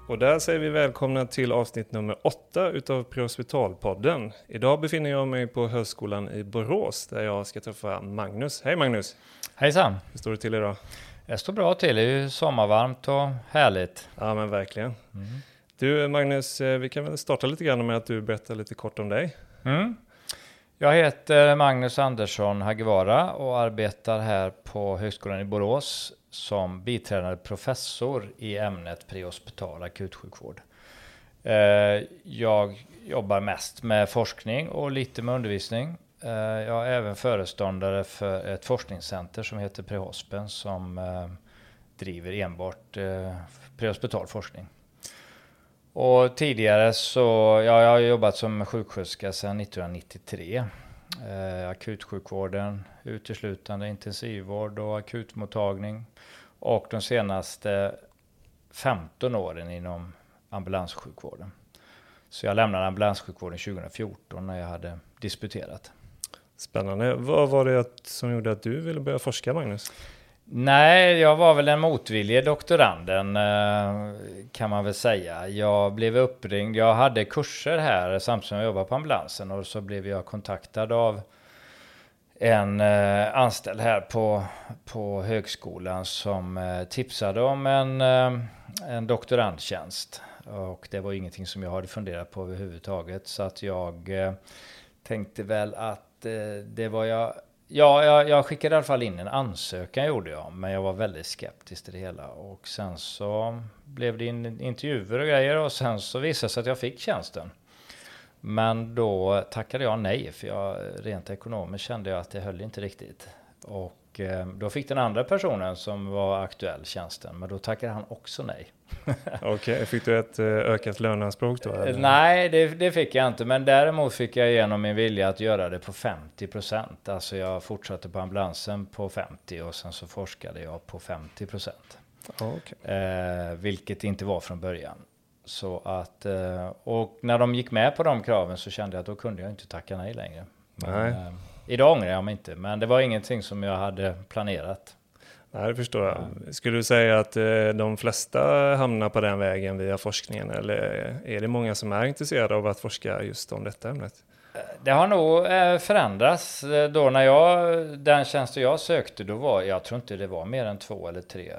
Och där säger vi välkomna till avsnitt nummer 8 utav Prehospitalpodden. Idag befinner jag mig på Högskolan i Borås där jag ska träffa Magnus. Hej Magnus! Hejsan! Hur står det till idag? Det står bra till, det är ju sommarvarmt och härligt. Ja men verkligen. Du Magnus, vi kan väl starta lite grann med att du berättar lite kort om dig. Jag heter Magnus Andersson Hagevara och arbetar här på Högskolan i Borås som biträdande professor i ämnet prehospital akutsjukvård. Jag jobbar mest med forskning och lite med undervisning. Jag är även föreståndare för ett forskningscenter som heter Prehospen som driver enbart prehospital forskning. Och tidigare så, jag har jobbat som sjuksköterska sedan 1993. Akutsjukvården, uteslutande intensivvård och akutmottagning. Och de senaste 15 åren inom ambulanssjukvården. Så jag lämnade ambulanssjukvården 2014 när jag hade disputerat. Spännande. Vad var det som gjorde att du ville börja forska, Magnus? Nej, jag var väl den motvillige doktoranden kan man väl säga. Jag blev uppringd, jag hade kurser här samtidigt som jag jobbade på ambulansen och så blev jag kontaktad av en anställd här på högskolan som tipsade om en doktorandtjänst. Och det var ingenting som jag hade funderat på överhuvudtaget så att jag tänkte väl att det var jag skickade i alla fall in en ansökan gjorde jag, men jag var väldigt skeptisk till det hela. Och sen så blev det intervjuer och grejer och sen så visade det sig att jag fick tjänsten. Men då tackade jag nej för jag rent ekonomiskt kände jag att det höll inte riktigt. Och då fick den andra personen som var aktuell tjänsten, men då tackade han också nej. Okej, fick du ett ökat löneanspråk då? Eller? Nej, det fick jag inte. Men däremot fick jag igenom min vilja att göra det på 50%. Alltså jag fortsatte på ambulansen på 50% och sen så forskade jag på 50%. Okay. Vilket inte var från början. Så att, och när de gick med på de kraven så kände jag att då kunde jag inte tacka nej längre. Nej. Men, idag ångrar jag mig inte, men det var ingenting som jag hade planerat. Nej, det förstår jag. Skulle du säga att de flesta hamnar på den vägen via forskningen eller är det många som är intresserade av att forska just om detta ämnet? Det har nog förändrats. Då när den tjänsten jag sökte, då var, jag tror inte det var mer än 2 eller 3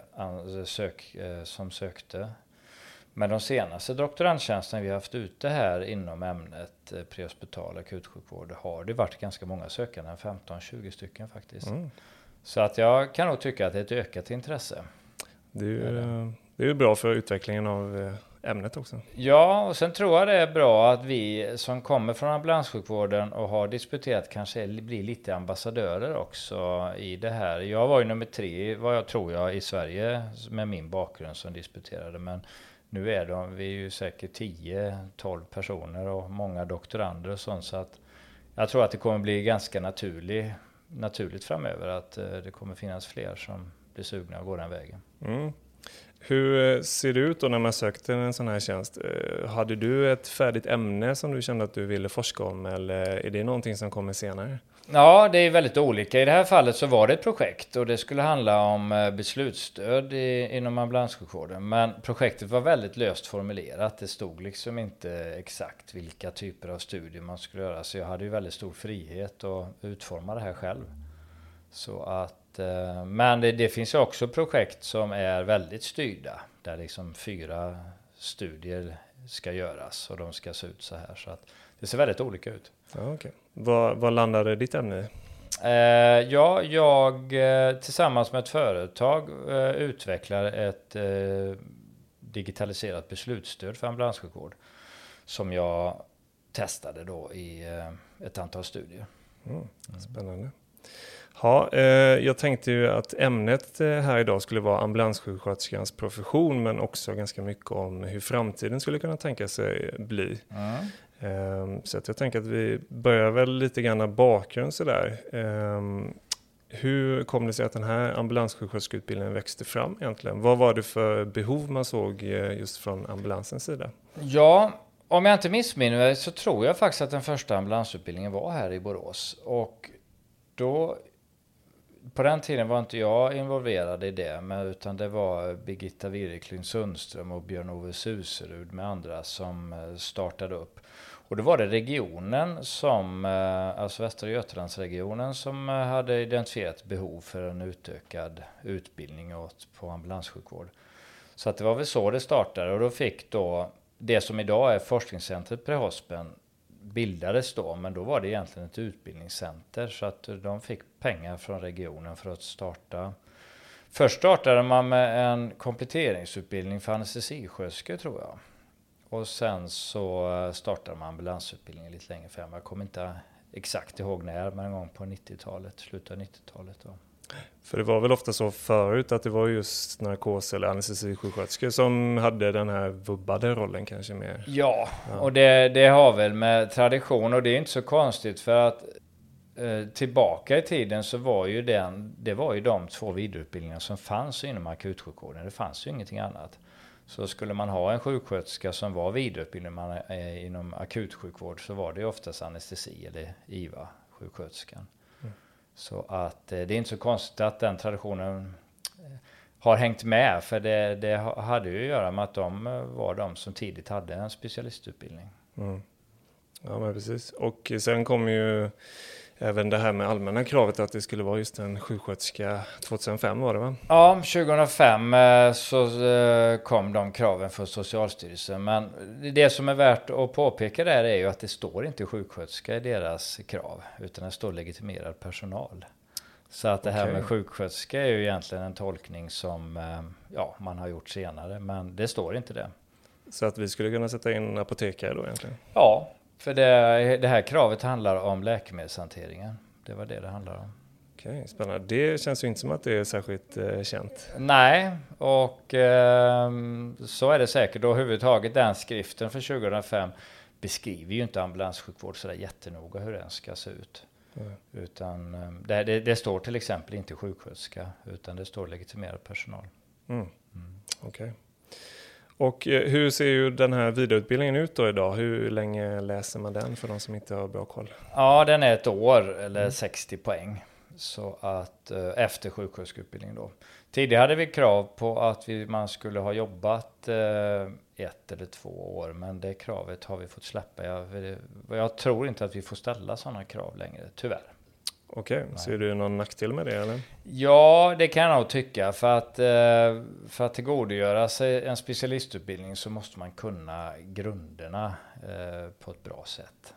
som sökte. Men de senaste doktorandtjänsterna vi har haft ute här inom ämnet prehospital akutsjukvård har det varit ganska många sökande, 15-20 stycken faktiskt. Så att jag kan nog tycka att det är ett ökat intresse. Det är ju bra för utvecklingen av ämnet också. Ja, och sen tror jag det är bra att vi som kommer från ambulanssjukvården och har disputerat kanske blir lite ambassadörer också i det här. Jag var ju nummer 3, vad jag tror jag, i Sverige med min bakgrund som disputerade. Men nu vi är ju säkert 10-12 personer och många doktorander och sånt. Så att jag tror att det kommer bli ganska naturligt framöver att det kommer finnas fler som blir sugna att gå den vägen. Hur ser det ut då när man sökte en sån här tjänst? Hade du ett färdigt ämne som du kände att du ville forska om eller är det någonting som kommer senare? Ja, det är väldigt olika. I det här fallet så var det ett projekt och det skulle handla om beslutsstöd inom ambulanssjukvården. Men projektet var väldigt löst formulerat. Det stod liksom inte exakt vilka typer av studier man skulle göra. Så jag hade ju väldigt stor frihet att utforma det här själv. Så att, men det finns ju också projekt som är väldigt styrda. Där liksom 4 studier ska göras och de ska se ut så här. Så att det ser väldigt olika ut. Ja, okay. Vad landade ditt ämne i? Jag tillsammans med ett företag utvecklar ett digitaliserat beslutsstöd för ambulanssjukvård som jag testade då i ett antal studier. Spännande. Ja, jag tänkte ju att ämnet här idag skulle vara ambulanssjuksköterskans profession men också ganska mycket om hur framtiden skulle kunna tänka sig bli. Så att jag tänker att vi börjar väl lite grann bakgrund sådär. Hur kom det sig att den här ambulanssjuksköterskeutbildningen växte fram egentligen? Vad var det för behov man såg just från ambulansens sida? Ja, om jag inte missminner mig så tror jag faktiskt att den första ambulansutbildningen var här i Borås. Och då på den tiden var inte jag involverad i det, utan det var Birgitta Wireklund Sundström och Björn-Ove Suserud med andra som startade upp. Och då var det regionen som, alltså Västra Götalandsregionen, som hade identifierat behov för en utökad utbildning på ambulanssjukvård. Så att det var väl så det startade, och då fick då det som idag är forskningscentret Prehospen bildades då, men då var det egentligen ett utbildningscenter, så att de fick pengar från regionen för att starta. Först startade man med en kompletteringsutbildning för anestesisköterskor, tror jag. Och sen så startade man ambulansutbildningen lite längre fram. Jag kommer inte exakt ihåg när, men en gång på 90-talet, slutet av 90-talet då. För det var väl ofta så förut att det var just narkos- eller anestesisjuksköterskor som hade den här vubbade rollen kanske mer. Ja. Och det har väl med tradition, och det är inte så konstigt, för att tillbaka i tiden så var ju det var ju de 2 vidareutbildningar som fanns inom akutsjukvården. Det fanns ju ingenting annat. Så skulle man ha en sjuksköterska som var vidareutbildad inom akutsjukvård, så var det oftast anestesi eller IVA-sjuksköterskan. Så att det är inte så konstigt att den traditionen har hängt med, för det hade ju att göra med att de var de som tidigt hade en specialistutbildning. Mm. Ja, men precis. Och sen kom ju även det här med allmänna kravet att det skulle vara just en sjuksköterska 2005 var det, va? Ja, 2005 så kom de kraven från Socialstyrelsen. Men det som är värt att påpeka där är ju att det står inte sjuksköterska i deras krav, utan det står legitimerad personal. Så att det här med sjuksköterska är ju egentligen en tolkning som man har gjort senare, men det står inte det. Så att vi skulle kunna sätta in apotekare då egentligen? Ja, för det här kravet handlar om läkemedelshanteringen. Det var det handlar om. Okej, spännande. Det känns ju inte som att det är särskilt känt. Nej, och så är det säkert. Och överhuvudtaget den skriften för 2005 beskriver ju inte ambulanssjukvård så där jättenoga hur den ska se ut. Utan det står till exempel inte sjuksköterska, utan det står legitimerad personal. Okej. Och hur ser ju den här vidareutbildningen ut då idag? Hur länge läser man den för de som inte har bra koll? Ja, den är 1 år eller 60 poäng. Så att efter sjuksköterskeutbildning då. Tidigare hade vi krav på att man skulle ha jobbat 1 eller 2 år, men det kravet har vi fått släppa. Jag tror inte att vi får ställa sådana krav längre, tyvärr. Okej, ser du någon nackdel med det eller? Ja, det kan jag nog tycka. För att tillgodogöra sig en specialistutbildning så måste man kunna grunderna på ett bra sätt.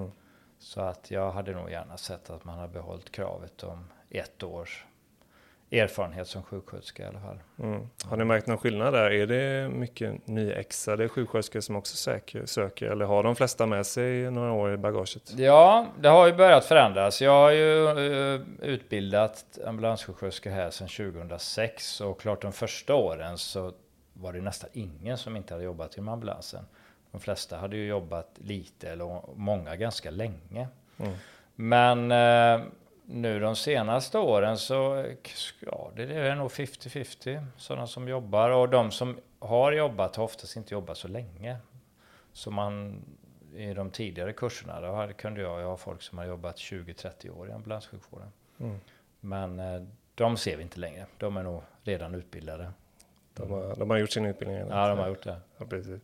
Så att jag hade nog gärna sett att man har behållit kravet om 1 års erfarenhet som sjuksköterska i alla fall. Har ni märkt någon skillnad där? Är det mycket nyexade sjuksköterskor som också söker? Eller har de flesta med sig några år i bagaget? Ja, det har ju börjat förändras. Jag har ju utbildat ambulanssjuksköterskor här sedan 2006. Och klart de första åren så var det nästan ingen som inte hade jobbat inom ambulansen. De flesta hade ju jobbat lite eller många ganska länge. Men nu de senaste åren så det är nog 50-50 sådana som jobbar. Och de som har jobbat har oftast inte jobbat så länge. Så i de tidigare kurserna då kunde jag ha folk som har jobbat 20-30 år i ambulanssjukvården. Men de ser vi inte längre. De är nog redan utbildade. De har gjort sin utbildning? Eller? Ja, de har gjort det. Ja, precis.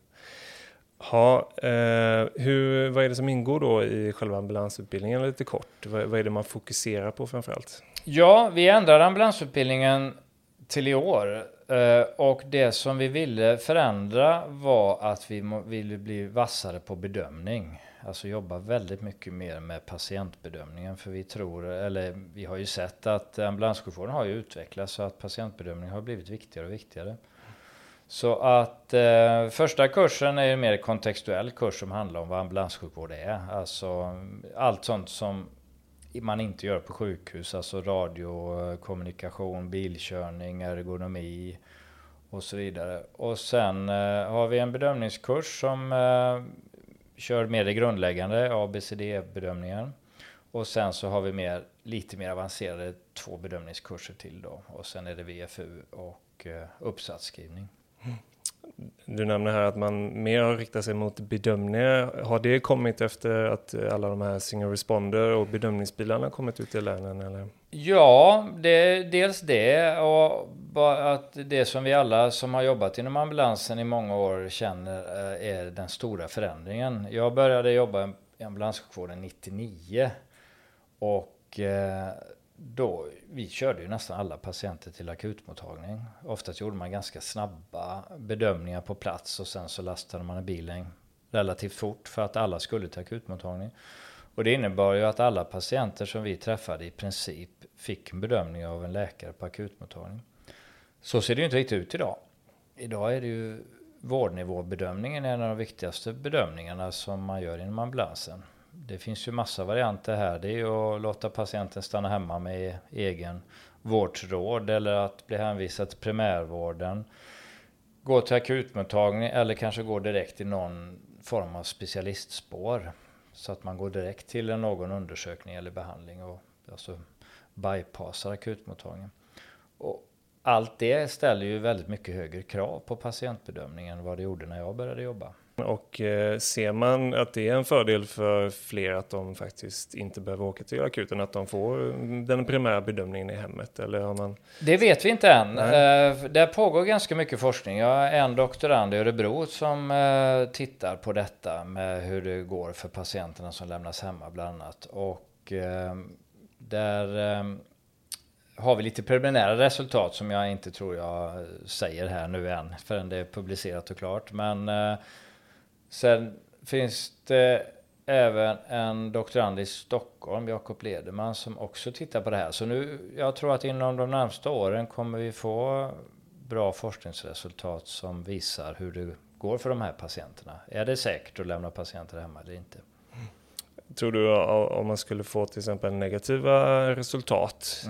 Vad är det som ingår då i själva ambulansutbildningen lite kort? Vad är det man fokuserar på framförallt? Ja, vi ändrade ambulansutbildningen till i år. Och det som vi ville förändra var att vi ville bli vassare på bedömning. Alltså jobba väldigt mycket mer med patientbedömningen. För vi har ju sett att ambulanssjukvården har ju utvecklats så att patientbedömning har blivit viktigare och viktigare. Så att första kursen är en mer kontextuell kurs som handlar om vad ambulanssjukvård är. Alltså allt sånt som man inte gör på sjukhus. Alltså radiokommunikation, bilkörning, ergonomi och så vidare. Och sen har vi en bedömningskurs som kör mer det grundläggande, ABCD-bedömningen. Och sen så har vi lite mer avancerade 2 bedömningskurser till då. Och sen är det VFU och uppsatsskrivning. Du nämner här att man mer har riktat sig mot bedömningar. Har det kommit efter att alla de här single responder och bedömningsbilarna kommit ut i länen? Eller? Ja, dels det och att det som vi alla som har jobbat inom ambulansen i många år känner är den stora förändringen. Jag började jobba i ambulanssjukvården 99 och då, vi körde ju nästan alla patienter till akutmottagning. Oftast gjorde man ganska snabba bedömningar på plats och sen så lastade man bilen relativt fort för att alla skulle till akutmottagning. Och det innebar ju att alla patienter som vi träffade i princip fick en bedömning av en läkare på akutmottagning. Så ser det ju inte riktigt ut idag. Idag är det ju vårdnivåbedömningen är en av de viktigaste bedömningarna som man gör inom ambulansen. Det finns ju massa varianter här. Det är ju att låta patienten stanna hemma med egen vårdråd eller att bli hänvisad till primärvården. Gå till akutmottagning eller kanske gå direkt till någon form av specialistspår. Så att man går direkt till någon undersökning eller behandling och alltså bypassar akutmottagningen. Och allt det ställer ju väldigt mycket högre krav på patientbedömningen än vad det gjorde när jag började jobba. Och ser man att det är en fördel för fler att de faktiskt inte behöver åka till akuten, att de får den primära bedömningen i hemmet? Eller har man... Det vet vi inte än. Det pågår ganska mycket forskning. Jag har en doktorand i Örebro som tittar på detta med hur det går för patienterna som lämnas hemma bland annat. Och där har vi lite preliminära resultat som jag inte tror jag säger här nu än förrän det är publicerat och klart. Men sen finns det även en doktorand i Stockholm, Jakob Lederman, som också tittar på det här. Så nu, jag tror att inom de närmaste åren kommer vi få bra forskningsresultat som visar hur det går för de här patienterna. Är det säkert att lämna patienter hemma eller inte? Tror du om man skulle få till exempel negativa resultat,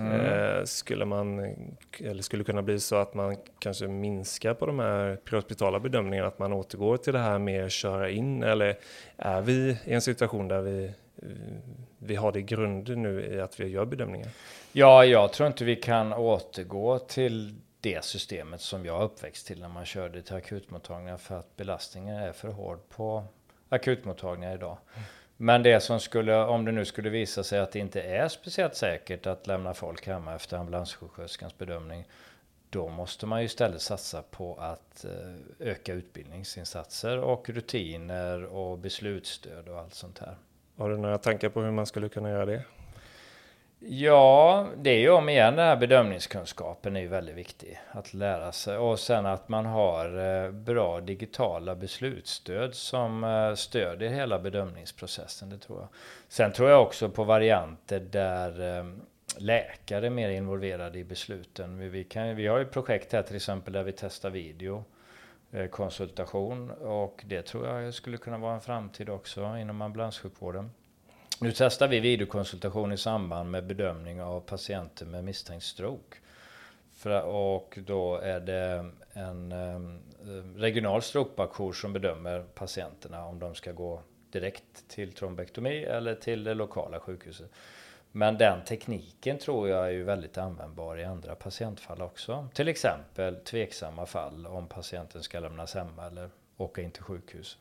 skulle kunna bli så att man kanske minskar på de här prehospitala bedömningarna, att man återgår till det här med att köra in, eller är vi i en situation där vi har det i grunden nu i att vi gör bedömningar? Ja, jag tror inte vi kan återgå till det systemet som jag uppväxt till när man körde till akutmottagningar, för att belastningen är för hård på akutmottagningar idag. Men det som skulle, om det nu skulle visa sig att det inte är speciellt säkert att lämna folk hemma efter ambulanssjuksköterskans bedömning, då måste man ju istället satsa på att öka utbildningsinsatser och rutiner och beslutsstöd och allt sånt här. Har du några tankar på hur man skulle kunna göra det? Ja, det är ju om igen, den här bedömningskunskapen är ju väldigt viktig att lära sig. Och sen att man har bra digitala beslutsstöd som stödjer hela bedömningsprocessen, det tror jag. Sen tror jag också på varianter där läkare är mer involverade i besluten. Vi har ju projekt här till exempel där vi testar videokonsultation, och det tror jag skulle kunna vara en framtid också inom ambulanssjukvården. Nu testar vi videokonsultation i samband med bedömning av patienter med misstänkt stroke. Och då är det en regional strokebakjour som bedömer patienterna om de ska gå direkt till trombektomi eller till det lokala sjukhuset. Men den tekniken tror jag är ju väldigt användbar i andra patientfall också. Till exempel tveksamma fall om patienten ska lämnas hemma eller åka in till sjukhus.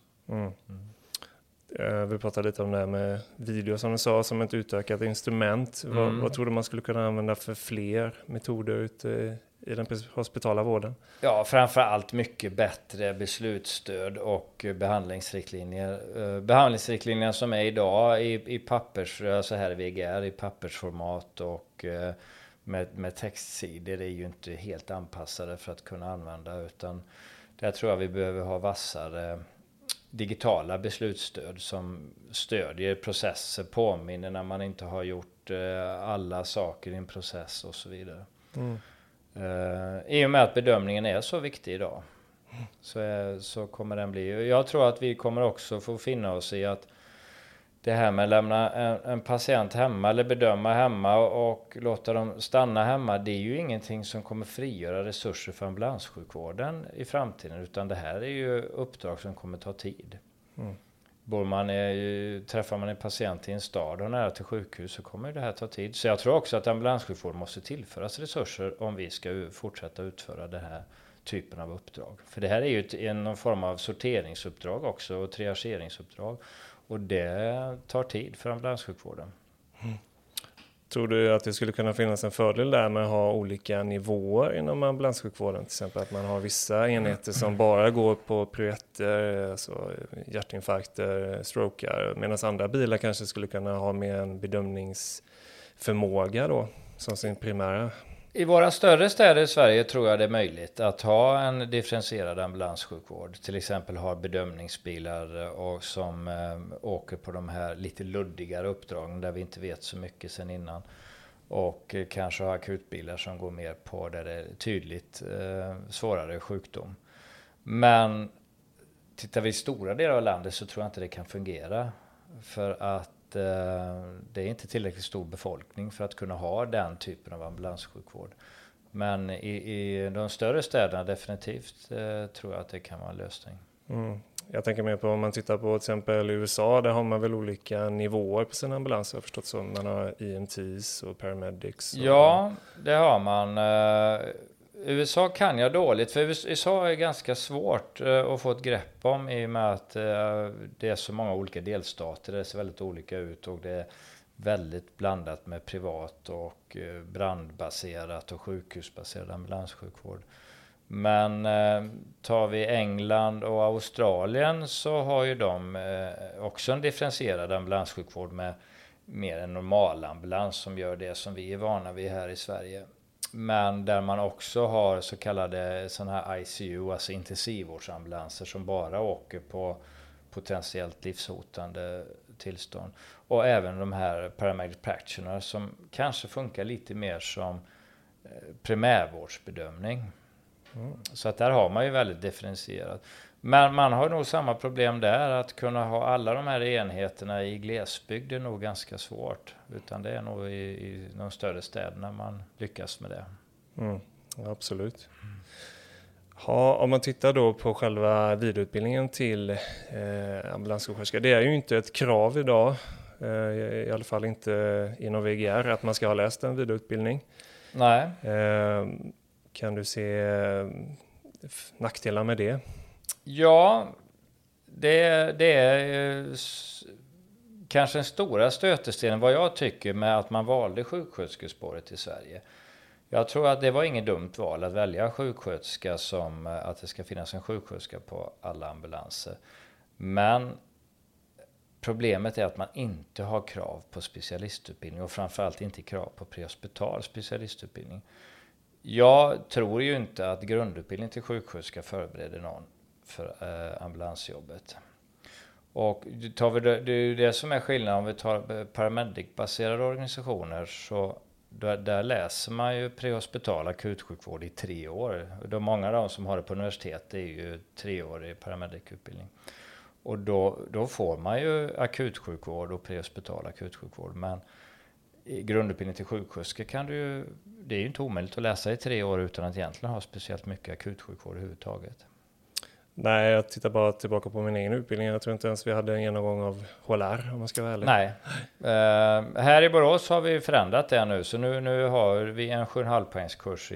Vi pratade lite om det här med video som du sa, som ett utökat instrument. Vad tror du man skulle kunna använda för fler metoder ute i den hospitala vården? Ja, framförallt mycket bättre beslutsstöd och behandlingsriktlinjer. Behandlingsriktlinjer som är idag i pappers, alltså här i VGR, i pappersformat och med textsidor är ju inte helt anpassade för att kunna använda, utan där tror jag vi behöver ha vassare digitala beslutsstöd som stödjer processer, påminner när man inte har gjort alla saker i en process och så vidare. I och med att bedömningen är så viktig idag så kommer den bli. Jag tror att vi kommer också få finna oss i att det här med att lämna en patient hemma eller bedöma hemma och låta dem stanna hemma, det är ju ingenting som kommer frigöra resurser för ambulanssjukvården i framtiden, utan det här är ju uppdrag som kommer ta tid. Träffar man en patient i en stad och nära till sjukhus så kommer det här ta tid. Så jag tror också att ambulanssjukvården måste tillföras resurser om vi ska fortsätta utföra det här typen av uppdrag. För det här är ju någon form av sorteringsuppdrag också och triageringsuppdrag. Och det tar tid för ambulanssjukvården. Tror du att det skulle kunna finnas en fördel där med att ha olika nivåer inom ambulanssjukvården? Till exempel att man har vissa enheter som bara går på prioetter, alltså hjärtinfarkter, strokar, medan andra bilar kanske skulle kunna ha mer en bedömningsförmåga då, som sin primära. I våra större städer i Sverige tror jag det är möjligt att ha en differentierad ambulanssjukvård. Till exempel ha bedömningsbilar och som åker på de här lite luddigare uppdragen där vi inte vet så mycket sen innan. Och kanske ha akutbilar som går mer på där det är tydligt svårare sjukdom. Men tittar vi i stora delar av landet så tror jag inte det kan fungera. För att det är inte tillräckligt stor befolkning för att kunna ha den typen av ambulanssjukvård. Men i de större städerna definitivt tror jag att det kan vara en lösning. Jag tänker mer på om man tittar på till exempel USA, där har man väl olika nivåer på sina ambulanser, jag har förstått så. Man har EMTs och paramedics. Ja, det har man. USA kan jag dåligt, för USA är ganska svårt att få ett grepp om i och med att det är så många olika delstater. Det ser väldigt olika ut och det är väldigt blandat med privat och brandbaserat och sjukhusbaserad ambulanssjukvård. Men tar vi England och Australien så har ju de också en differentierad ambulanssjukvård med mer en normal ambulans som gör det som vi är vana vid här i Sverige. Men där man också har så kallade sådana här ICU, alltså intensivvårdsambulanser som bara åker på potentiellt livshotande tillstånd. Och även de här paramedic practitioners som kanske funkar lite mer som primärvårdsbedömning. Så att där har man ju väldigt differentierat. Men man har nog samma problem där, att kunna ha alla de här enheterna i glesbygd är nog ganska svårt. Utan det är nog i de större städerna man lyckas med det. Ja, absolut. Ja, om man tittar då på själva vidareutbildningen till ambulanssjuksköterska, det är ju inte ett krav idag, i alla fall inte inom VGR, att man ska ha läst en vidareutbildning. Nej. Kan du se nackdelar med det? Ja, det är kanske den stora stötestenen vad jag tycker med att man valde sjuksköterskespåret i Sverige. Jag tror att det var inget dumt val att välja sjuksköterska, som att det ska finnas en sjuksköterska på alla ambulanser. Men problemet är att man inte har krav på specialistutbildning och framförallt inte krav på prehospital specialistutbildning. Jag tror ju inte att grundutbildning till sjuksköterska förbereder någon för ambulansjobbet. Och tar vi det är det som är skillnaden om vi tar paramedic-baserade organisationer, så där läser man ju prehospital akutsjukvård i 3 år. Många av de som har det på universitet är ju 3-årig paramedic-utbildning. Och då får man ju akutsjukvård och prehospital akutsjukvård. Men i grundutbildning till sjuksköterska det är ju inte omöjligt att läsa i 3 år utan att egentligen ha speciellt mycket akutsjukvård överhuvudtaget. Nej, jag tittar bara tillbaka på min egen utbildning. Jag tror inte ens vi hade en genomgång av HLR, om man ska vara ärlig. Nej. Här i Borås har vi förändrat det nu. Så nu har vi en 7,5 poängskurs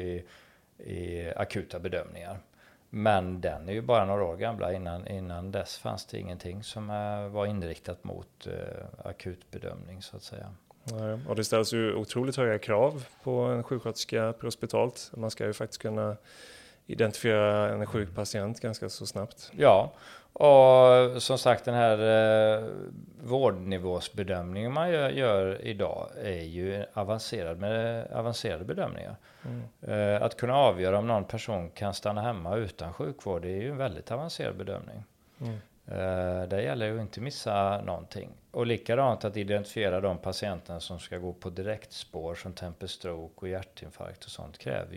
i akuta bedömningar. Men den är ju bara några år gamla. Innan dess fanns det ingenting som var inriktat mot akutbedömning, så att säga. Nej, och det ställs ju otroligt höga krav på en sjuksköterska prehospitalt. Man ska ju faktiskt kunna identifiera en sjuk patient ganska så snabbt. Ja, och som sagt den här vårdnivåsbedömningen man gör idag är ju avancerade bedömningar. Att kunna avgöra om någon person kan stanna hemma utan sjukvård, det är ju en väldigt avancerad bedömning. Det gäller ju inte missa någonting. Och likadant att identifiera de patienterna som ska gå på direktspår som temper stroke och hjärtinfarkt och sånt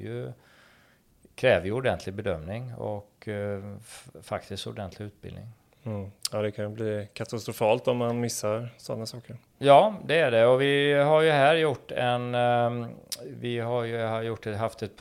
kräver ju ordentlig bedömning och faktiskt ordentlig utbildning. Ja, det kan ju bli katastrofalt om man missar sådana saker. Ja, det är det. Och vi har ju här haft ett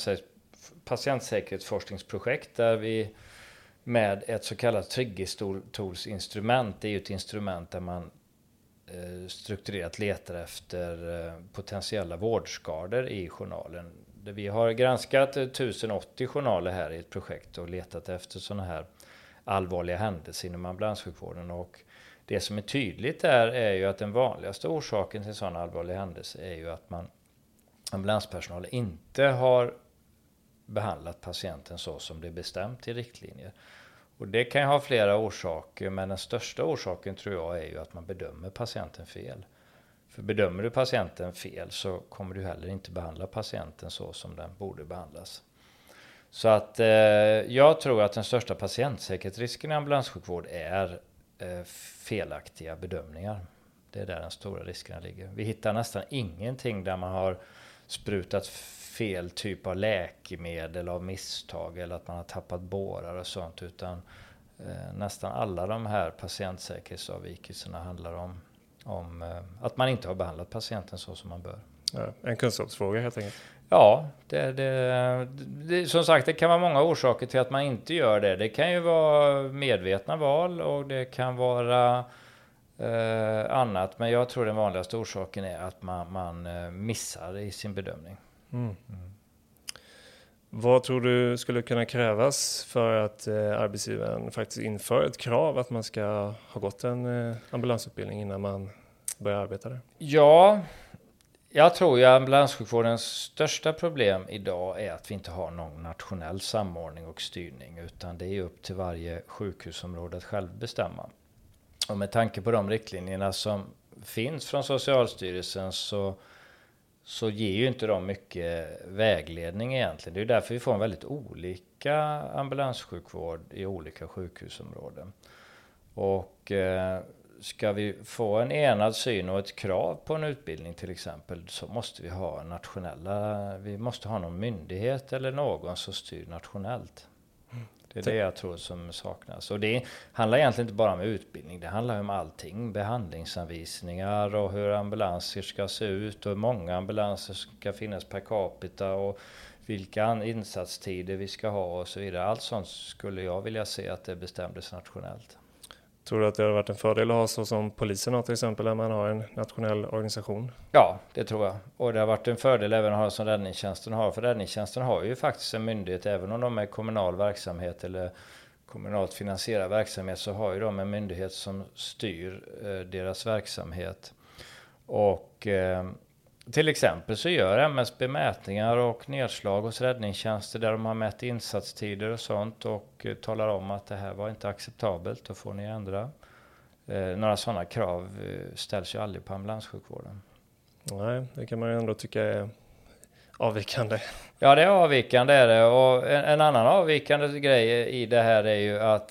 patientsäkerhetsforskningsprojekt där vi med ett så kallat Trigger-tools-instrument. Det är ju ett instrument där man strukturerat letar efter potentiella vårdskador i journalen. Vi har granskat 1080 journaler här i ett projekt och letat efter sådana här allvarliga händelser inom ambulanssjukvården. Och det som är tydligt där är ju att den vanligaste orsaken till sådana allvarliga händelser är ju att ambulanspersonal inte har behandlat patienten så som det är bestämt i riktlinjer. Och det kan ju ha flera orsaker, men den största orsaken tror jag är ju att man bedömer patienten fel. För bedömer du patienten fel så kommer du heller inte behandla patienten så som den borde behandlas. Så att jag tror att den största patientsäkerhetsrisken i ambulanssjukvård är felaktiga bedömningar. Det är där den stora risken ligger. Vi hittar nästan ingenting där man har sprutat fel typ av läkemedel av misstag eller att man har tappat bårar och sånt, utan nästan alla de här patientsäkerhetsavvikelserna handlar om att man inte har behandlat patienten så som man bör. Ja, en kunskapsfråga helt enkelt. Ja, som sagt, det kan vara många orsaker till att man inte gör det. Det kan ju vara medvetna val och det kan vara annat. Men jag tror den vanligaste orsaken är att man missar i sin bedömning. Vad tror du skulle kunna krävas för att arbetsgivaren faktiskt inför ett krav att man ska ha gått en ambulansutbildning innan man börjar arbeta där? Ja, jag tror ju att ambulanssjukvårdens största problem idag är att vi inte har någon nationell samordning och styrning, utan det är upp till varje sjukhusområde att själv bestämma. Och med tanke på de riktlinjerna som finns från Socialstyrelsen så ger ju inte de mycket vägledning egentligen. Det är därför vi får en väldigt olika ambulanssjukvård i olika sjukhusområden. Och ska vi få en enad syn och ett krav på en utbildning till exempel, så måste vi ha vi måste ha någon myndighet eller någon som styr nationellt. Det är det jag tror som saknas. Och det handlar egentligen inte bara om utbildning, det handlar om allting. Behandlingsanvisningar och hur ambulanser ska se ut och hur många ambulanser ska finnas per capita och vilka insatstider vi ska ha och så vidare. Allt sånt skulle jag vilja se att det bestämdes nationellt. Tror du att det har varit en fördel att ha så som polisen har till exempel, när man har en nationell organisation? Ja, det tror jag. Och det har varit en fördel även att ha som räddningstjänsten har. För räddningstjänsten har ju faktiskt en myndighet, även om de är kommunal verksamhet eller kommunalt finansierad verksamhet, så har ju de en myndighet som styr deras verksamhet. Och till exempel så gör MSB mätningar och nedslag hos räddningstjänster där de har mätt insatstider och sånt och talar om att det här var inte acceptabelt, då får ni ändra. Några sådana krav ställs ju aldrig på ambulanssjukvården. Nej, det kan man ju ändå tycka är avvikande. Ja, det är avvikande är det. Och en annan avvikande grej i det här är ju att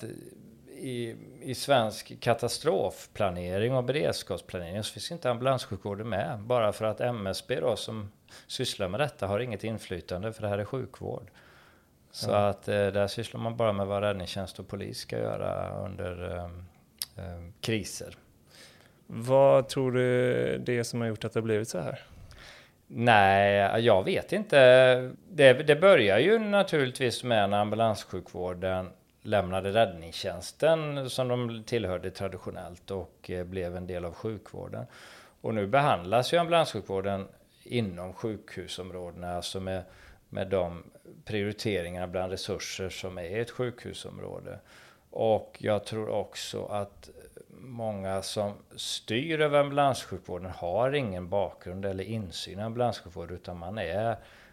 i svensk katastrofplanering och beredskapsplanering så finns inte ambulanssjukvården med. Bara för att MSB då, som sysslar med detta, har inget inflytande, för det här är sjukvård. Så att där sysslar man bara med vad räddningstjänst och polis ska göra under kriser. Vad tror du det är som har gjort att det har blivit så här? Nej, jag vet inte. Det börjar ju naturligtvis med när ambulanssjukvården lämnade räddningstjänsten som de tillhörde traditionellt och blev en del av sjukvården. Och nu behandlas ju ambulanssjukvården inom sjukhusområdena, alltså med de prioriteringarna bland resurser som är i ett sjukhusområde. Och jag tror också att många som styr över ambulanssjukvården har ingen bakgrund eller insyn i ambulanssjukvård, utan man är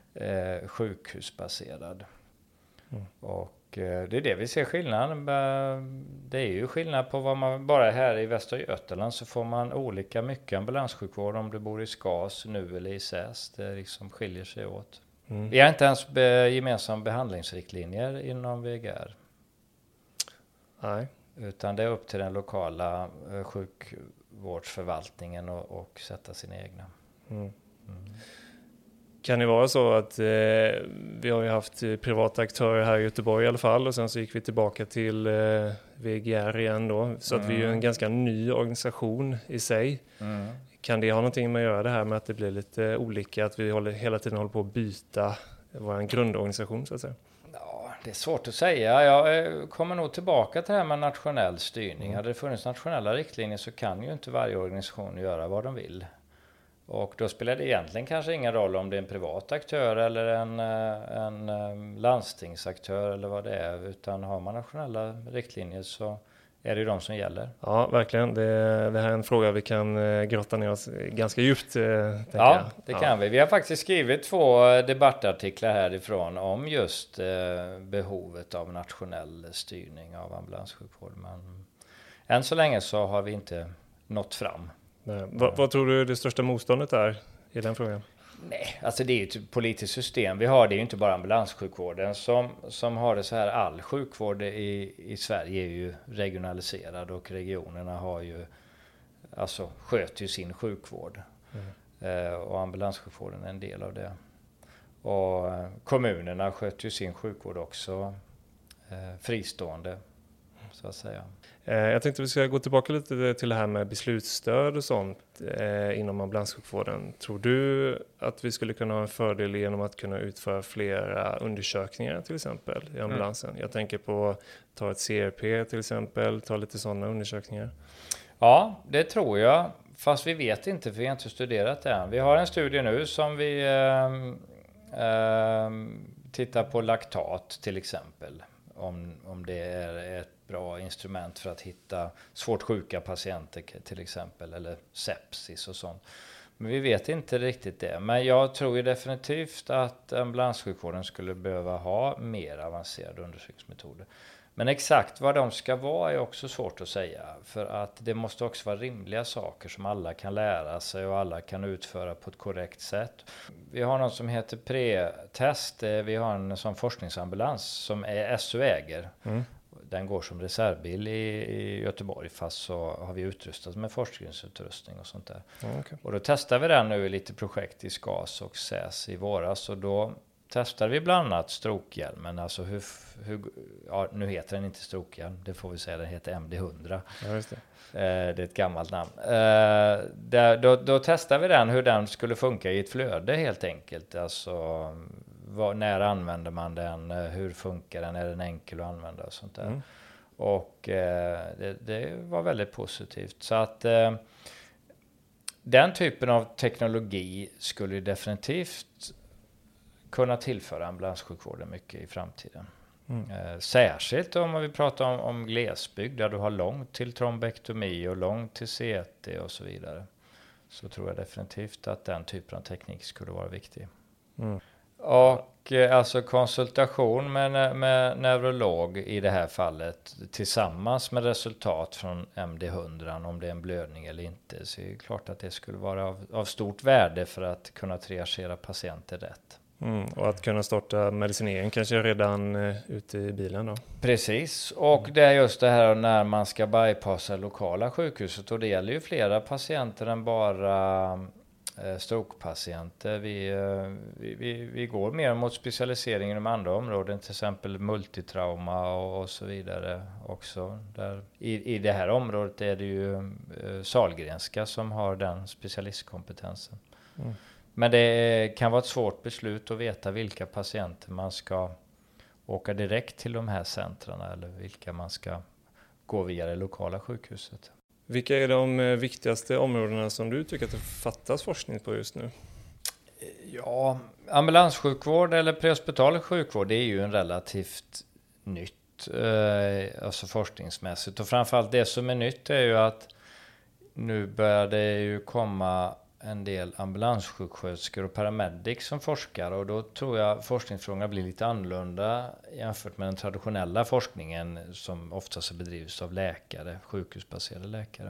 sjukhusbaserad. Och det är det vi ser skillnaden. Det är ju skillnad på vad man, bara här i Västra Götaland så får man olika mycket ambulanssjukvård om du bor i Skas nu eller i Säs. Det liksom skiljer sig åt. Vi har inte ens gemensamma behandlingsriktlinjer inom VGR. Nej. Utan det är upp till den lokala sjukvårdsförvaltningen och sätta sina egna. Kan det vara så att vi har ju haft privata aktörer här i Göteborg i alla fall, och sen så gick vi tillbaka till VGR igen då, så att vi är en ganska ny organisation i sig. Kan det ha någonting med att göra det här med att det blir lite olika, att vi hela tiden håller på att byta vår grundorganisation så att säga? Ja, det är svårt att säga. Jag kommer nog tillbaka till det här med nationell styrning. Hade det funnits nationella riktlinjer så kan ju inte varje organisation göra vad de vill. Och då spelar det egentligen kanske ingen roll om det är en privat aktör eller en landstingsaktör eller vad det är. Utan har man nationella riktlinjer så är det ju de som gäller. Ja, verkligen. Det här är en fråga vi kan grotta ner oss ganska djupt, tänker Ja, jag. det kan vi. Vi har faktiskt skrivit 2 debattartiklar härifrån om just behovet av nationell styrning av ambulanssjukvård. Men än så länge så har vi inte nått fram. Vad tror du det största motståndet är i den frågan? Nej, alltså det är ju ett politiskt system vi har. Det är ju inte bara ambulanssjukvården som har det så här. All sjukvård i Sverige är ju regionaliserad och regionerna har ju, alltså sköter ju sin sjukvård. Och ambulanssjukvården är en del av det. Och kommunerna sköter ju sin sjukvård också fristående, så att säga. Jag tänkte vi ska gå tillbaka lite till det här med beslutsstöd och sånt inom ambulanssjukvården. Tror du att vi skulle kunna ha en fördel genom att kunna utföra flera undersökningar till exempel i ambulansen? Jag tänker på ta ett CRP till exempel, ta lite sådana undersökningar. Ja, det tror jag. Fast vi vet inte, för vi har inte studerat det än. Vi har en studie nu som vi tittar på laktat till exempel. Om det är ett bra instrument för att hitta svårt sjuka patienter till exempel, eller sepsis och sånt. Men vi vet inte riktigt det. Men jag tror ju definitivt att ambulanssjukvården skulle behöva ha mer avancerade undersökningsmetoder. Men exakt vad de ska vara är också svårt att säga. För att det måste också vara rimliga saker som alla kan lära sig och alla kan utföra på ett korrekt sätt. Vi har något som heter pre-test. Vi har en sån forskningsambulans som SU äger. Den går som reservbil i Göteborg, fast så har vi utrustat med forskningsutrustning och sånt där. Okay. Och då testar vi den nu i lite projekt i SKAS och SÄS i våras, och då testar vi bland annat strokhjälmen. Alltså ja, nu heter den inte strokhjälm, det får vi säga, den heter MD100. Ja, just det. Det är ett gammalt namn. Då testar vi den, hur den skulle funka i ett flöde helt enkelt. Alltså när använder man den, hur funkar den, är den enkel att använda och sånt där. Och det var väldigt positivt. Så att den typen av teknologi skulle definitivt kunna tillföra ambulanssjukvården mycket i framtiden. Särskilt om vi pratar om glesbygd där du har långt till trombektomi och långt till CT och så vidare. Så tror jag definitivt att den typen av teknik skulle vara viktig. Och alltså konsultation med neurolog i det här fallet tillsammans med resultat från MD100, om det är en blödning eller inte, så är det klart att det skulle vara av stort värde för att kunna triagera patienter rätt. Och att kunna starta medicinering kanske redan ute i bilen då? Precis, och det är just det här när man ska bypassa lokala sjukhuset, och det gäller ju flera patienter än bara strokepatienter. Vi går mer mot specialisering inom andra områden, till exempel multitrauma och så vidare också. I det här området är det ju Sahlgrenska som har den specialistkompetensen. Men det kan vara ett svårt beslut att veta vilka patienter man ska åka direkt till de här centrarna eller vilka man ska gå via det lokala sjukhuset. Vilka är de viktigaste områdena som du tycker att det fattas forskning på just nu? Ja, ambulanssjukvård eller prehospital sjukvård, det är ju en relativt nytt, alltså forskningsmässigt. Och framförallt det som är nytt är ju att nu börjar det ju komma en del ambulanssjuksköterskor och paramedics som forskar, och då tror jag forskningsfrågorna blir lite annorlunda jämfört med den traditionella forskningen som oftast bedrivs av läkare, sjukhusbaserade läkare.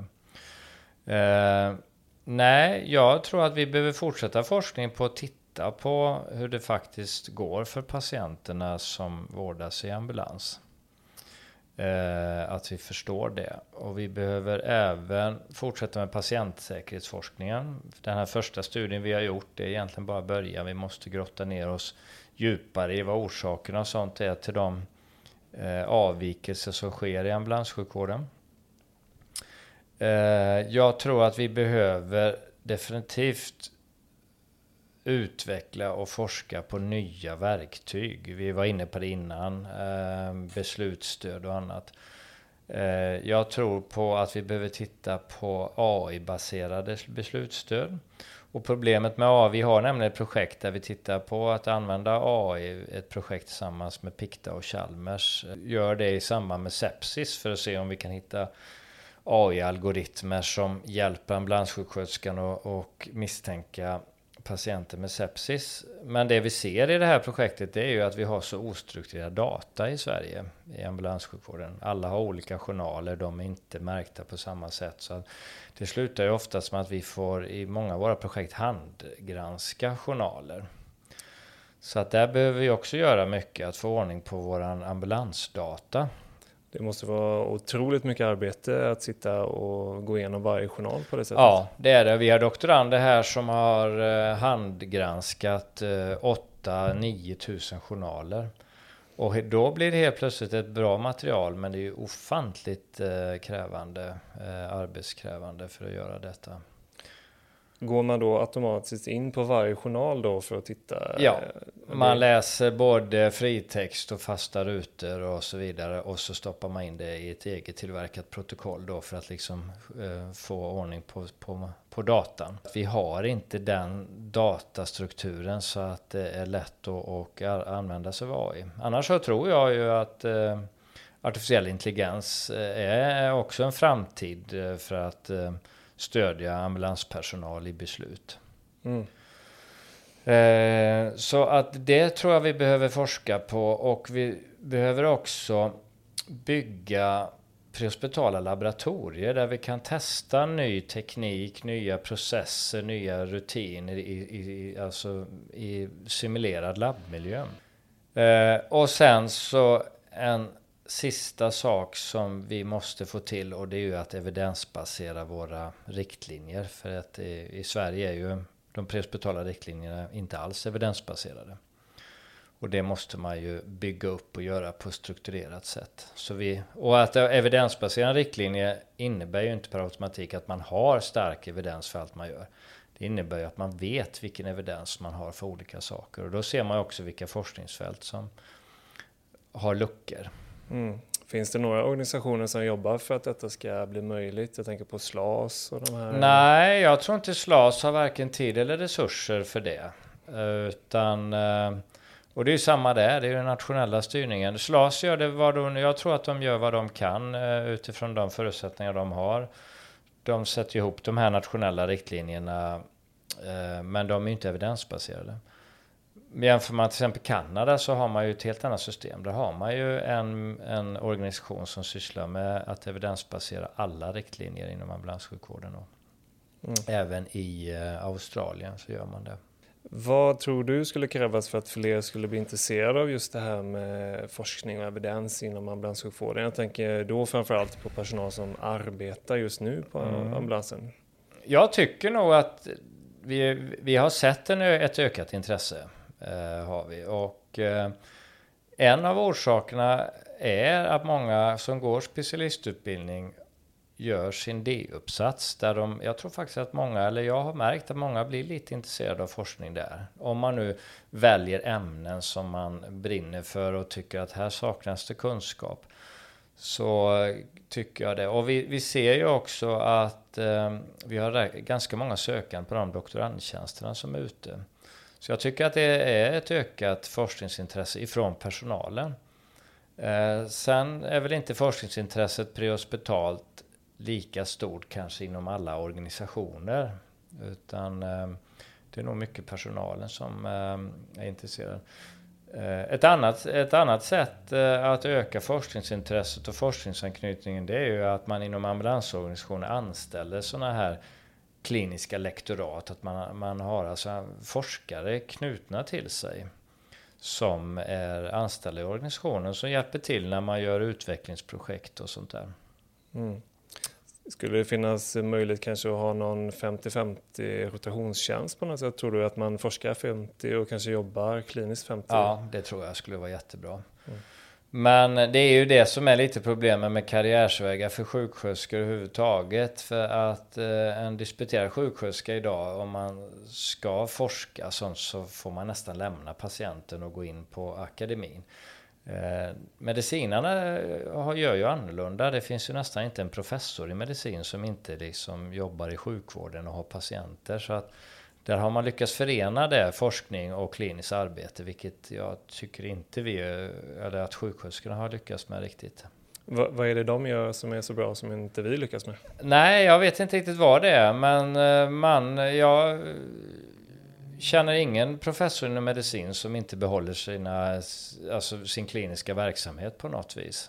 Nej, jag tror att vi behöver fortsätta forskning på att titta på hur det faktiskt går för patienterna som vårdas i ambulans. Att vi förstår det, och vi behöver även fortsätta med patientsäkerhetsforskningen. Den här första studien vi har gjort, det är egentligen bara början. Vi måste grotta ner oss djupare i vad orsakerna och sånt är till de avvikelser som sker i ambulanssjukvården. Jag tror att vi behöver definitivt utveckla och forska på nya verktyg. Vi var inne på det innan, beslutsstöd och annat. Jag tror på att vi behöver titta på AI-baserade beslutsstöd. Och problemet med AI, vi har nämligen ett projekt där vi tittar på att använda AI, ett projekt tillsammans med Picta och Chalmers. Gör det i samband med sepsis för att se om vi kan hitta AI-algoritmer som hjälper ambulanssjuksköterskan och misstänka patienter med sepsis. Men det vi ser i det här projektet är ju att vi har så ostrukturerad data i Sverige i ambulanssjukvården. Alla har olika journaler, de är inte märkta på samma sätt. Så det slutar ju oftast med att vi får i många av våra projekt handgranska journaler. Så att där behöver vi också göra mycket att få ordning på våran ambulansdata. Det måste vara otroligt mycket arbete att sitta och gå igenom varje journal på det sättet. Ja, det är det. Vi har doktorander här som har handgranskat 8-9 tusen journaler. Och då blir det helt plötsligt ett bra material, men det är ju ofantligt arbetskrävande för att göra detta. Går man då automatiskt in på varje journal då för att titta? Ja, man läser både fritext och fasta rutor och så vidare, och så stoppar man in det i ett eget tillverkat protokoll då för att liksom få ordning på datan. Vi har inte den datastrukturen så att det är lätt att använda sig av AI. Annars så tror jag ju att artificiell intelligens är också en framtid för att stödja ambulanspersonal i beslut. Så att det tror jag vi behöver forska på, och vi behöver också bygga prehospitala laboratorier där vi kan testa ny teknik, nya processer, nya rutiner i simulerad labbmiljö. Och sen så en sista sak som vi måste få till, och det är ju att evidensbasera våra riktlinjer, för att i Sverige är ju de prehospitala riktlinjerna inte alls evidensbaserade. Och det måste man ju bygga upp och göra på ett strukturerat sätt. Och att evidensbasera riktlinjer innebär ju inte per automatik att man har stark evidens för allt man gör. Det innebär ju att man vet vilken evidens man har för olika saker. Och då ser man också vilka forskningsfält som har luckor. Finns det några organisationer som jobbar för att detta ska bli möjligt? Jag tänker på SLAS och de här. Nej, jag tror inte SLAS har varken tid eller resurser för det. Och det är ju samma där, det är ju den nationella styrningen. SLAS gör det jag tror att de gör vad de kan utifrån de förutsättningar de har. De sätter ihop de här nationella riktlinjerna, men de är inte evidensbaserade. Jämför man till exempel Kanada, så har man ju ett helt annat system. Där har man ju en organisation som sysslar med att evidensbasera alla riktlinjer inom ambulanssjukvården. Även i Australien så gör man det. Vad tror du skulle krävas för att fler skulle bli intresserade av just det här med forskning och evidens inom ambulanssjukvården? Jag tänker då framförallt på personal som arbetar just nu på ambulansen. Jag tycker nog att vi har sett ett ökat intresse. Har vi. Och en av orsakerna är att många som går specialistutbildning gör sin D-uppsats där jag tror faktiskt att jag har märkt att många blir lite intresserade av forskning där. Om man nu väljer ämnen som man brinner för och tycker att här saknas det kunskap, så tycker jag det. Och vi ser ju också att vi har ganska många sökande på de doktorandtjänsterna som är ute. Så jag tycker att det är ett ökat forskningsintresse ifrån personalen. Sen är väl inte forskningsintresset prehospitalt lika stort kanske inom alla organisationer. Utan det är nog mycket personalen som är intresserad. Ett annat sätt att öka forskningsintresset och forskningsanknytningen, det är ju att man inom ambulansorganisationer anställer sådana här kliniska lektorat, att man har alltså forskare knutna till sig som är anställda i organisationen som hjälper till när man gör utvecklingsprojekt och sånt där. Skulle det finnas möjlighet kanske att ha någon 50-50 rotationstjänst på något sätt? Tror du att man forskar 50 och kanske jobbar kliniskt 50? Ja, det tror jag skulle vara jättebra. Men det är ju det som är lite problemet med karriärsvägar för sjuksköterskor överhuvudtaget. För att en disputerad sjuksköterska idag, om man ska forska sånt, så får man nästan lämna patienten och gå in på akademin. Medicinarna gör ju annorlunda. Det finns ju nästan inte en professor i medicin som inte liksom jobbar i sjukvården och har patienter. Så att där har man lyckats förena det, forskning och kliniskt arbete, vilket jag tycker inte eller att sjuksköterskorna har lyckats med riktigt. Vad är det de gör som är så bra som inte vi lyckas med? Nej, jag vet inte riktigt vad det är, men jag känner ingen professor inom medicin som inte behåller sin kliniska verksamhet på något vis.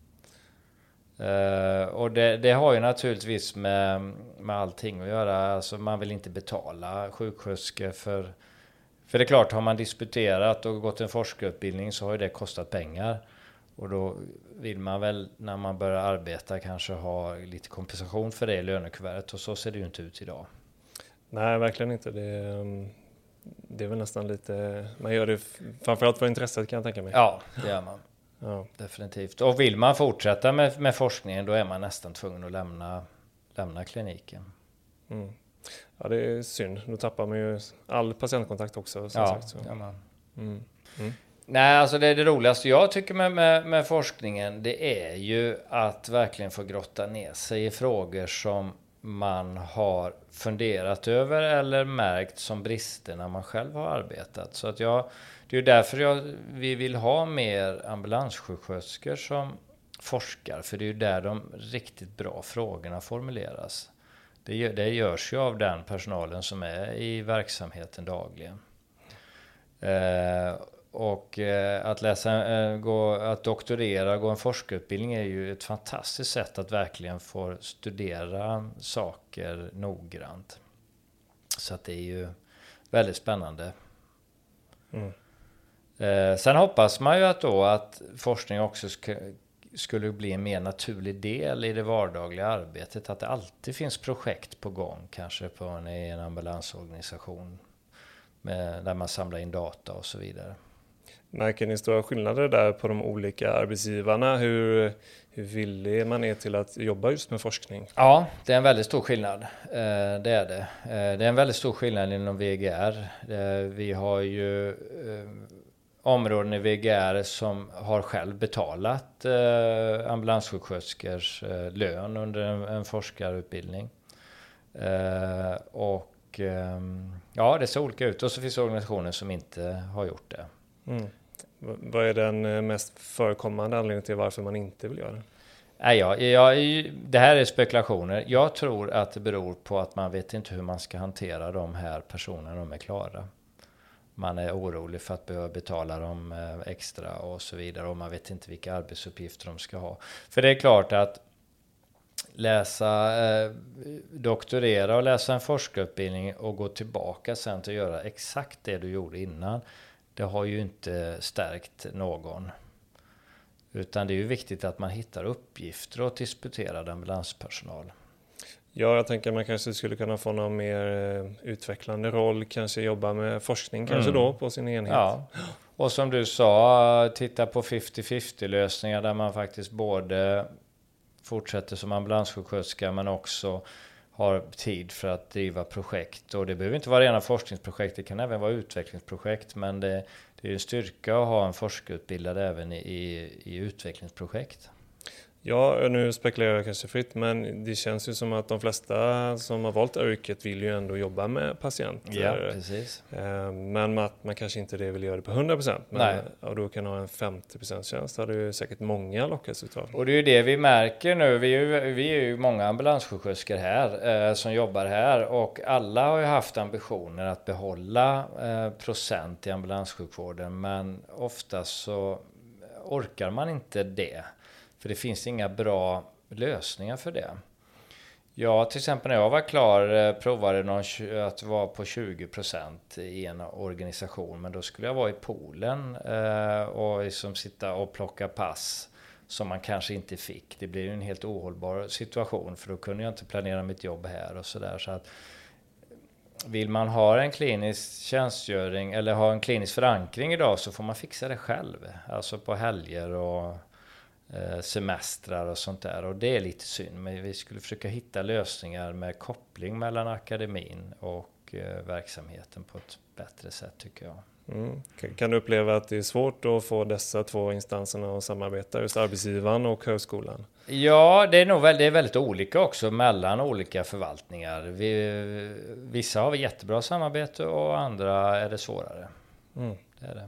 Och det har ju naturligtvis med allting att göra. Alltså man vill inte betala sjuksköterskor för det är klart, har man disputerat och gått en forskarutbildning så har ju det kostat pengar. Och då vill man väl när man börjar arbeta kanske ha lite kompensation för det i lönekuvertet, och så ser det ju inte ut idag. Nej, verkligen inte. Det är väl nästan lite, man gör det framförallt för intresset, kan jag tänka mig. Ja, det gör man. Ja. Definitivt. Och vill man fortsätta med forskningen, då är man nästan tvungen att lämna kliniken. Mm. Ja, det är synd. Då tappar man ju all patientkontakt också. Som sagt, så. Ja, man. Mm. Mm. Nej, alltså det roligaste jag tycker med forskningen, det är ju att verkligen få grotta ner sig i frågor som man har funderat över eller märkt som brister när man själv har arbetat. Så att det är ju därför vi vill ha mer ambulanssjuksköterskor som forskar, för det är ju där de riktigt bra frågorna formuleras. Det görs ju av den personalen som är i verksamheten dagligen. Och att doktorera, gå en forskarutbildning är ju ett fantastiskt sätt att verkligen få studera saker noggrant. Så att det är ju väldigt spännande. Mm. Sen hoppas man ju att forskning också skulle bli en mer naturlig del i det vardagliga arbetet. Att det alltid finns projekt på gång, kanske i en ambulansorganisation där man samlar in data och så vidare. Märker ni stora skillnader där på de olika arbetsgivarna? Hur villig man är till att jobba just med forskning? Ja, det är en väldigt stor skillnad. Det är det. Det är en väldigt stor skillnad inom VGR. Vi har ju områden i VGR som har själv betalat ambulanssjuksköterskors lön under en forskarutbildning. Det ser olika ut. Och så finns det organisationer som inte har gjort det. Mm. Vad är den mest förekommande anledningen till varför man inte vill göra det? Det här är spekulationer. Jag tror att det beror på att man vet inte hur man ska hantera de här personerna när de är klara. Man är orolig för att behöva betala dem extra och så vidare. Och man vet inte vilka arbetsuppgifter de ska ha. För det är klart att doktorera och läsa en forskarutbildning och gå tillbaka sen till att göra exakt det du gjorde innan. Det har ju inte stärkt någon. Utan det är ju viktigt att man hittar uppgifter åt disputerad ambulanspersonal. Ja, jag tänker att man kanske skulle kunna få någon mer utvecklande roll. Kanske jobba med forskning kanske då på sin enhet. Ja, och som du sa, titta på 50-50 lösningar där man faktiskt både fortsätter som ambulanssjuksköterska men också har tid för att driva projekt. Och det behöver inte vara rena forskningsprojekt, det kan även vara utvecklingsprojekt, men det är en styrka att ha en forskarutbildad även i utvecklingsprojekt. Ja, nu spekulerar jag kanske fritt, men det känns ju som att de flesta som har valt yrket vill ju ändå jobba med patienter. Ja, precis. Men att man kanske inte vill göra det på 100%. Men och då kan ha en 50% tjänst, har det ju säkert många lockas utav. Och det är ju det vi märker nu. Vi är ju många ambulanssjuksköterskor här som jobbar här, och alla har ju haft ambitioner att behålla procent i ambulanssjukvården, men oftast så orkar man inte det. För det finns inga bra lösningar för det. Jag till exempel när jag var klar provade att vara på 20% i en organisation. Men då skulle jag vara i Polen och liksom sitta och plocka pass som man kanske inte fick. Det blev ju en helt ohållbar situation, för då kunde jag inte planera mitt jobb här och sådär. Så att vill man ha en klinisk tjänstgöring eller ha en klinisk förankring idag, så får man fixa det själv. Alltså på helger och semestrar och sånt där, och det är lite synd, men vi skulle försöka hitta lösningar med koppling mellan akademin och verksamheten på ett bättre sätt, tycker jag. Kan du uppleva att det är svårt att få dessa två instanserna att samarbeta, just arbetsgivaren och högskolan? Ja, det är väldigt olika också mellan olika förvaltningar. Vissa har vi jättebra samarbete och andra är det svårare. Det är det.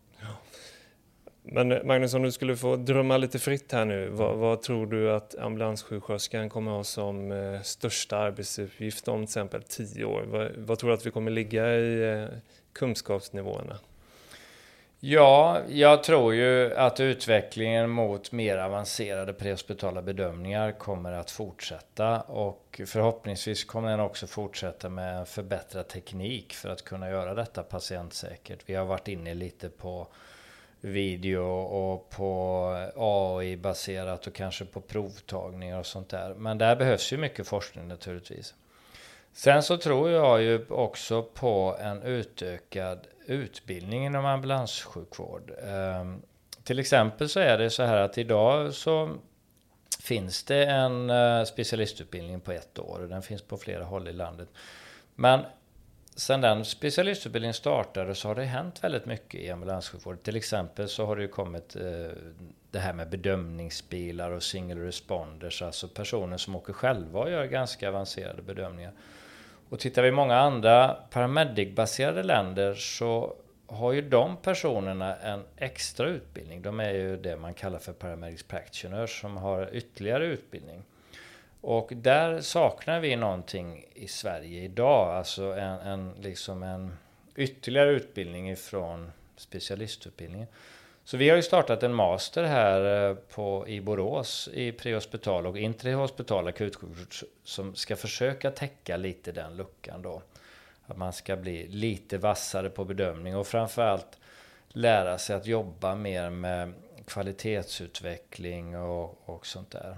Men Magnus, om du skulle få drömma lite fritt här nu, vad tror du att ambulanssjuksköterskan kommer ha som största arbetsuppgift om till exempel 10 år? Vad tror du att vi kommer ligga i kunskapsnivåerna? Ja, jag tror ju att utvecklingen mot mer avancerade prehospitala bedömningar kommer att fortsätta, och förhoppningsvis kommer den också fortsätta med förbättrad teknik för att kunna göra detta patientsäkert. Vi har varit inne lite på video och på AI-baserat och kanske på provtagningar och sånt där. Men där behövs ju mycket forskning naturligtvis. Sen så tror jag ju också på en utökad utbildning inom ambulanssjukvård. Till exempel så är det så här att idag så finns det en specialistutbildning på 1 år, och den finns på flera håll i landet. Men sen den specialistutbildningen startade så har det hänt väldigt mycket i ambulanssjukvård. Till exempel så har det ju kommit det här med bedömningsbilar och single responders, alltså personer som åker själva och gör ganska avancerade bedömningar. Och tittar vi i många andra paramedic-baserade länder så har ju de personerna en extra utbildning. De är ju det man kallar för paramedics practitioners som har ytterligare utbildning. Och där saknar vi någonting i Sverige idag, alltså en ytterligare utbildning ifrån specialistutbildningen. Så vi har ju startat en master här i Borås i prehospital och intrahospital akutsjukvård som ska försöka täcka lite den luckan då. Att man ska bli lite vassare på bedömning och framförallt lära sig att jobba mer med kvalitetsutveckling och sånt där.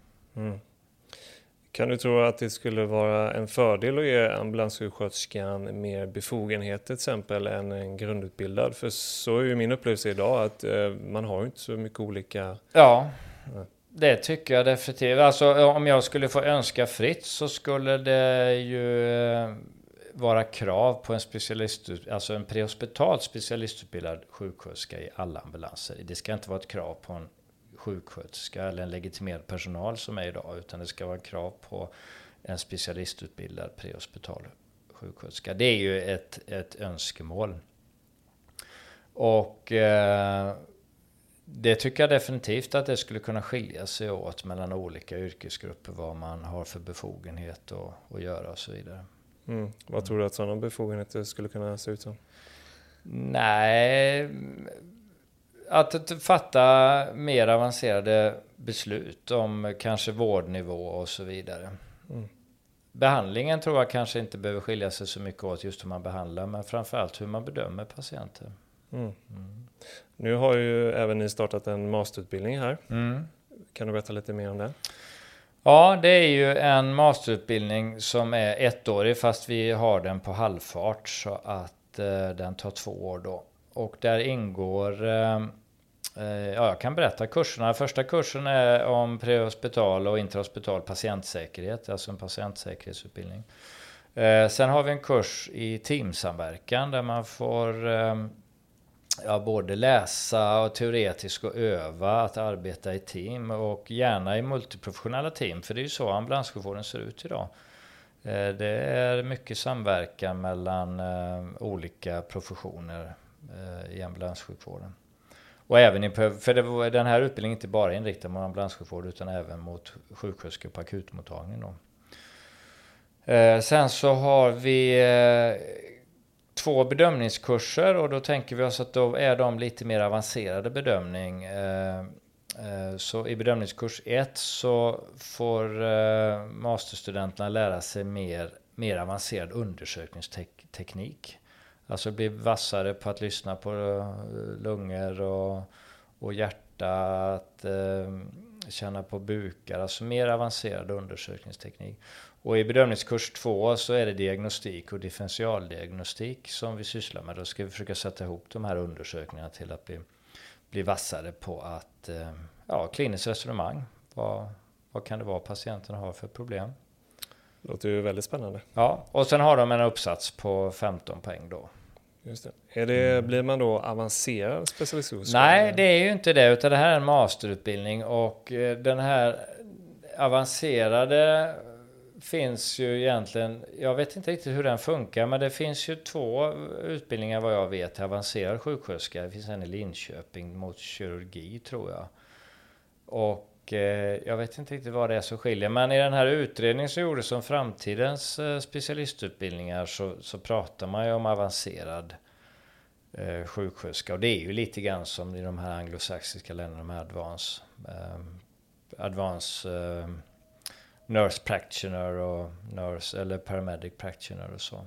Kan du tro att det skulle vara en fördel att ge ambulanssjuksköterskan mer befogenheter till exempel än en grundutbildad? För så är ju min upplevelse idag att man har inte så mycket olika... Ja, det tycker jag definitivt. Alltså om jag skulle få önska fritt så skulle det ju vara krav på alltså en prehospitalt specialistutbildad sjuksköterska i alla ambulanser. Det ska inte vara ett krav på en sjuksköterska eller en legitimerad personal som är idag, utan det ska vara krav på en specialistutbildad prehospital sjuksköterska. Det är ju ett önskemål. Och det tycker jag definitivt att det skulle kunna skilja sig åt mellan olika yrkesgrupper, vad man har för befogenhet att göra och så vidare. Vad tror du att sådana befogenheter skulle kunna se ut som? Nej, att fatta mer avancerade beslut om kanske vårdnivå och så vidare. Behandlingen tror jag kanske inte behöver skilja sig så mycket åt just hur man behandlar, men framförallt hur man bedömer patienter. Nu har ju även ni startat en masterutbildning här. Kan du berätta lite mer om det? Ja, det är ju en masterutbildning som är 1-årig, fast vi har den på halvfart så att den tar 2 år då. Och där ingår, jag kan berätta kurserna. Första kursen är om prehospital och intrahospital patientsäkerhet, alltså en patientsäkerhetsutbildning. Sen har vi en kurs i teamsamverkan där man får både läsa och teoretiskt och öva att arbeta i team och gärna i multiprofessionella team, för det är ju så ambulanssjukvården ser ut idag. Det är mycket samverkan mellan olika professioner i ambulanssjukvården. Och även för den här utbildningen är inte bara inriktad mot ambulanssjukvård utan även mot sjuksköterskor på akutmottagning då. Sen så har vi 2 bedömningskurser, och då tänker vi oss att då är de lite mer avancerade bedömning. Så i bedömningskurs 1 så får masterstudenterna lära sig mer avancerad undersökningsteknik. Alltså bli vassare på att lyssna på lungor och hjärta, att känna på bukar, alltså mer avancerad undersökningsteknik. Och i bedömningskurs 2 så är det diagnostik och differentialdiagnostik som vi sysslar med. Då ska vi försöka sätta ihop de här undersökningarna till att bli vassare på att kliniskt resonemang. Vad kan det vara patienten har för problem? Låter ju väldigt spännande. Ja, och sen har de en uppsats på 15 poäng då. Just det. Blir man då avancerad specialistsjuksköterska? Nej, det är ju inte det, utan det här är en masterutbildning, och den här avancerade finns ju egentligen, jag vet inte riktigt hur den funkar, men det finns ju 2 utbildningar vad jag vet till avancerad sjuksköterska. Det finns en i Linköping mot kirurgi, tror jag. Och jag vet inte riktigt vad det är som skiljer, men i den här utredningen som gjordes om framtidens specialistutbildningar så pratar man ju om avancerad sjuksköterska, och det är ju lite grann som i de här anglosaxiska länderna, de här advanced nurse practitioner och nurse eller paramedic practitioner och så.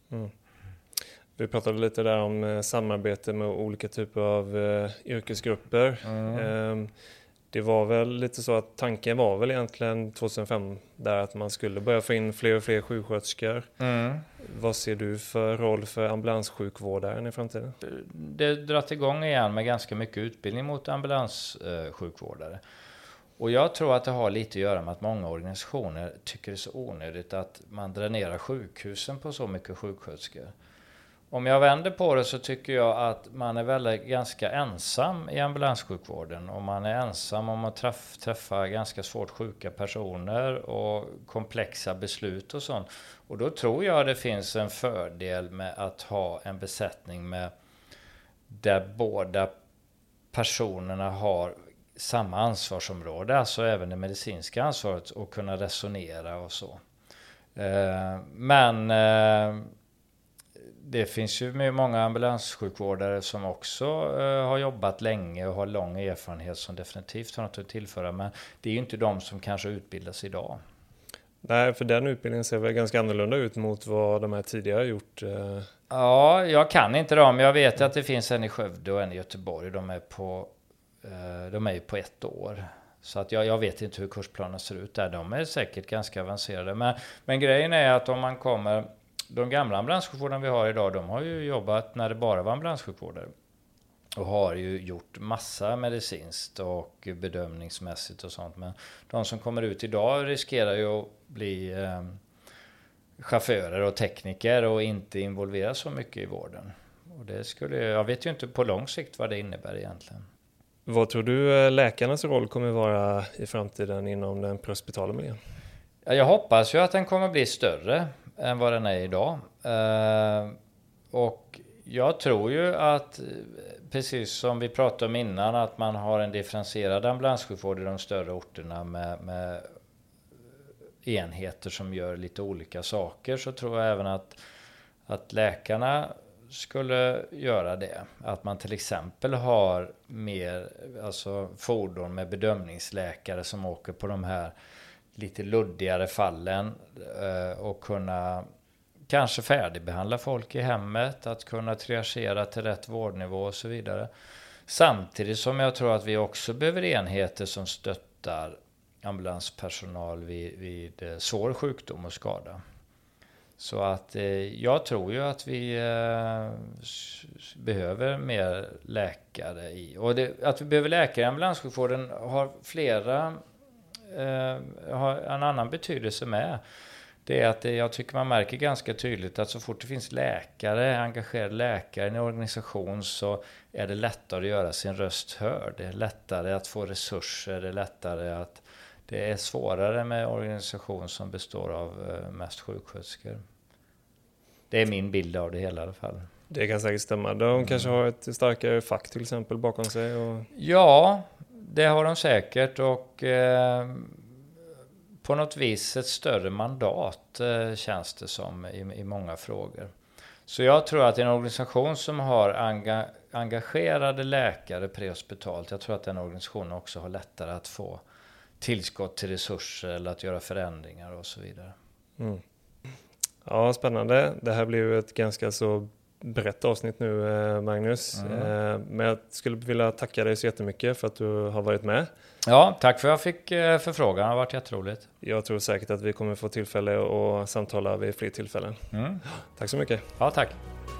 Vi pratade lite där om samarbete med olika typer av yrkesgrupper. Det var väl lite så att tanken var väl egentligen 2005 där att man skulle börja få in fler och fler sjuksköterskor. Vad ser du för roll för ambulanssjukvårdaren i framtiden? Det drar igång igen med ganska mycket utbildning mot ambulanssjukvårdare. Och jag tror att det har lite att göra med att många organisationer tycker det är så onödigt att man dränerar sjukhusen på så mycket sjuksköterskor. Om jag vänder på det så tycker jag att man är väl ganska ensam i ambulanssjukvården, och man är ensam om att träffa ganska svårt sjuka personer och komplexa beslut och sånt. Och då tror jag det finns en fördel med att ha en besättning med där båda personerna har samma ansvarsområde, alltså även det medicinska ansvaret, och kunna resonera och så. Men det finns ju många ambulanssjukvårdare som också har jobbat länge och har lång erfarenhet som definitivt har något att tillföra, men det är ju inte de som kanske utbildas idag. Nej, för den utbildningen ser väl ganska annorlunda ut mot vad de här tidigare har gjort. Ja, jag kan inte dem. Jag vet att det finns en i Skövde och en i Göteborg. De är ju på 1 år. Så att jag vet inte hur kursplanen ser ut där. De är säkert ganska avancerade. Men grejen är att om man kommer... De gamla ambulanssjukvården vi har idag, de har ju jobbat när det bara var ambulanssjukvårdare. Och har ju gjort massa medicinskt och bedömningsmässigt och sånt. Men de som kommer ut idag riskerar ju att bli chaufförer och tekniker och inte involveras så mycket i vården. Och jag vet ju inte på lång sikt vad det innebär egentligen. Vad tror du läkarnas roll kommer vara i framtiden inom den prehospitala miljön? Ja, jag hoppas ju att den kommer bli större än vad den är idag. Och jag tror ju att, precis som vi pratade om innan, att man har en differentierad ambulanssjukvård i de större orterna med enheter som gör lite olika saker, så tror jag även att läkarna skulle göra det. Att man till exempel har mer fordon med bedömningsläkare som åker på de här lite luddigare fallen och kunna kanske färdigbehandla folk i hemmet, att kunna triagera till rätt vårdnivå och så vidare. Samtidigt som jag tror att vi också behöver enheter som stöttar ambulanspersonal vid svår sjukdom och skada. Så att jag tror ju att vi behöver mer läkare i. Och att vi behöver läkare i ambulanssjukvården har har en annan betydelse med. Det är att jag tycker man märker ganska tydligt att så fort det finns engagerade läkare i en organisation, så är det lättare att göra sin röst hörd. Det är lättare att få resurser, det är svårare med organisation som består av mest sjuksköterskor. Det är min bild av det hela i alla fall. Det kan säkert stämma. De kanske har ett starkare fack till exempel bakom sig. Ja, det har de säkert, och på något vis ett större mandat känns det som i många frågor. Så jag tror att en organisation som har engagerade läkare prehospitalt, jag tror att den organisationen också har lättare att få tillskott till resurser eller att göra förändringar och så vidare. Mm. Ja, spännande. Det här blir ju ett ganska så brett avsnitt nu, Magnus. Men jag skulle vilja tacka dig så jättemycket för att du har varit med. Ja, tack för att jag fick förfrågan. Det har varit jätteroligt. Jag tror säkert att vi kommer få tillfälle att samtala vid fler tillfällen. Tack så mycket. Ja, tack.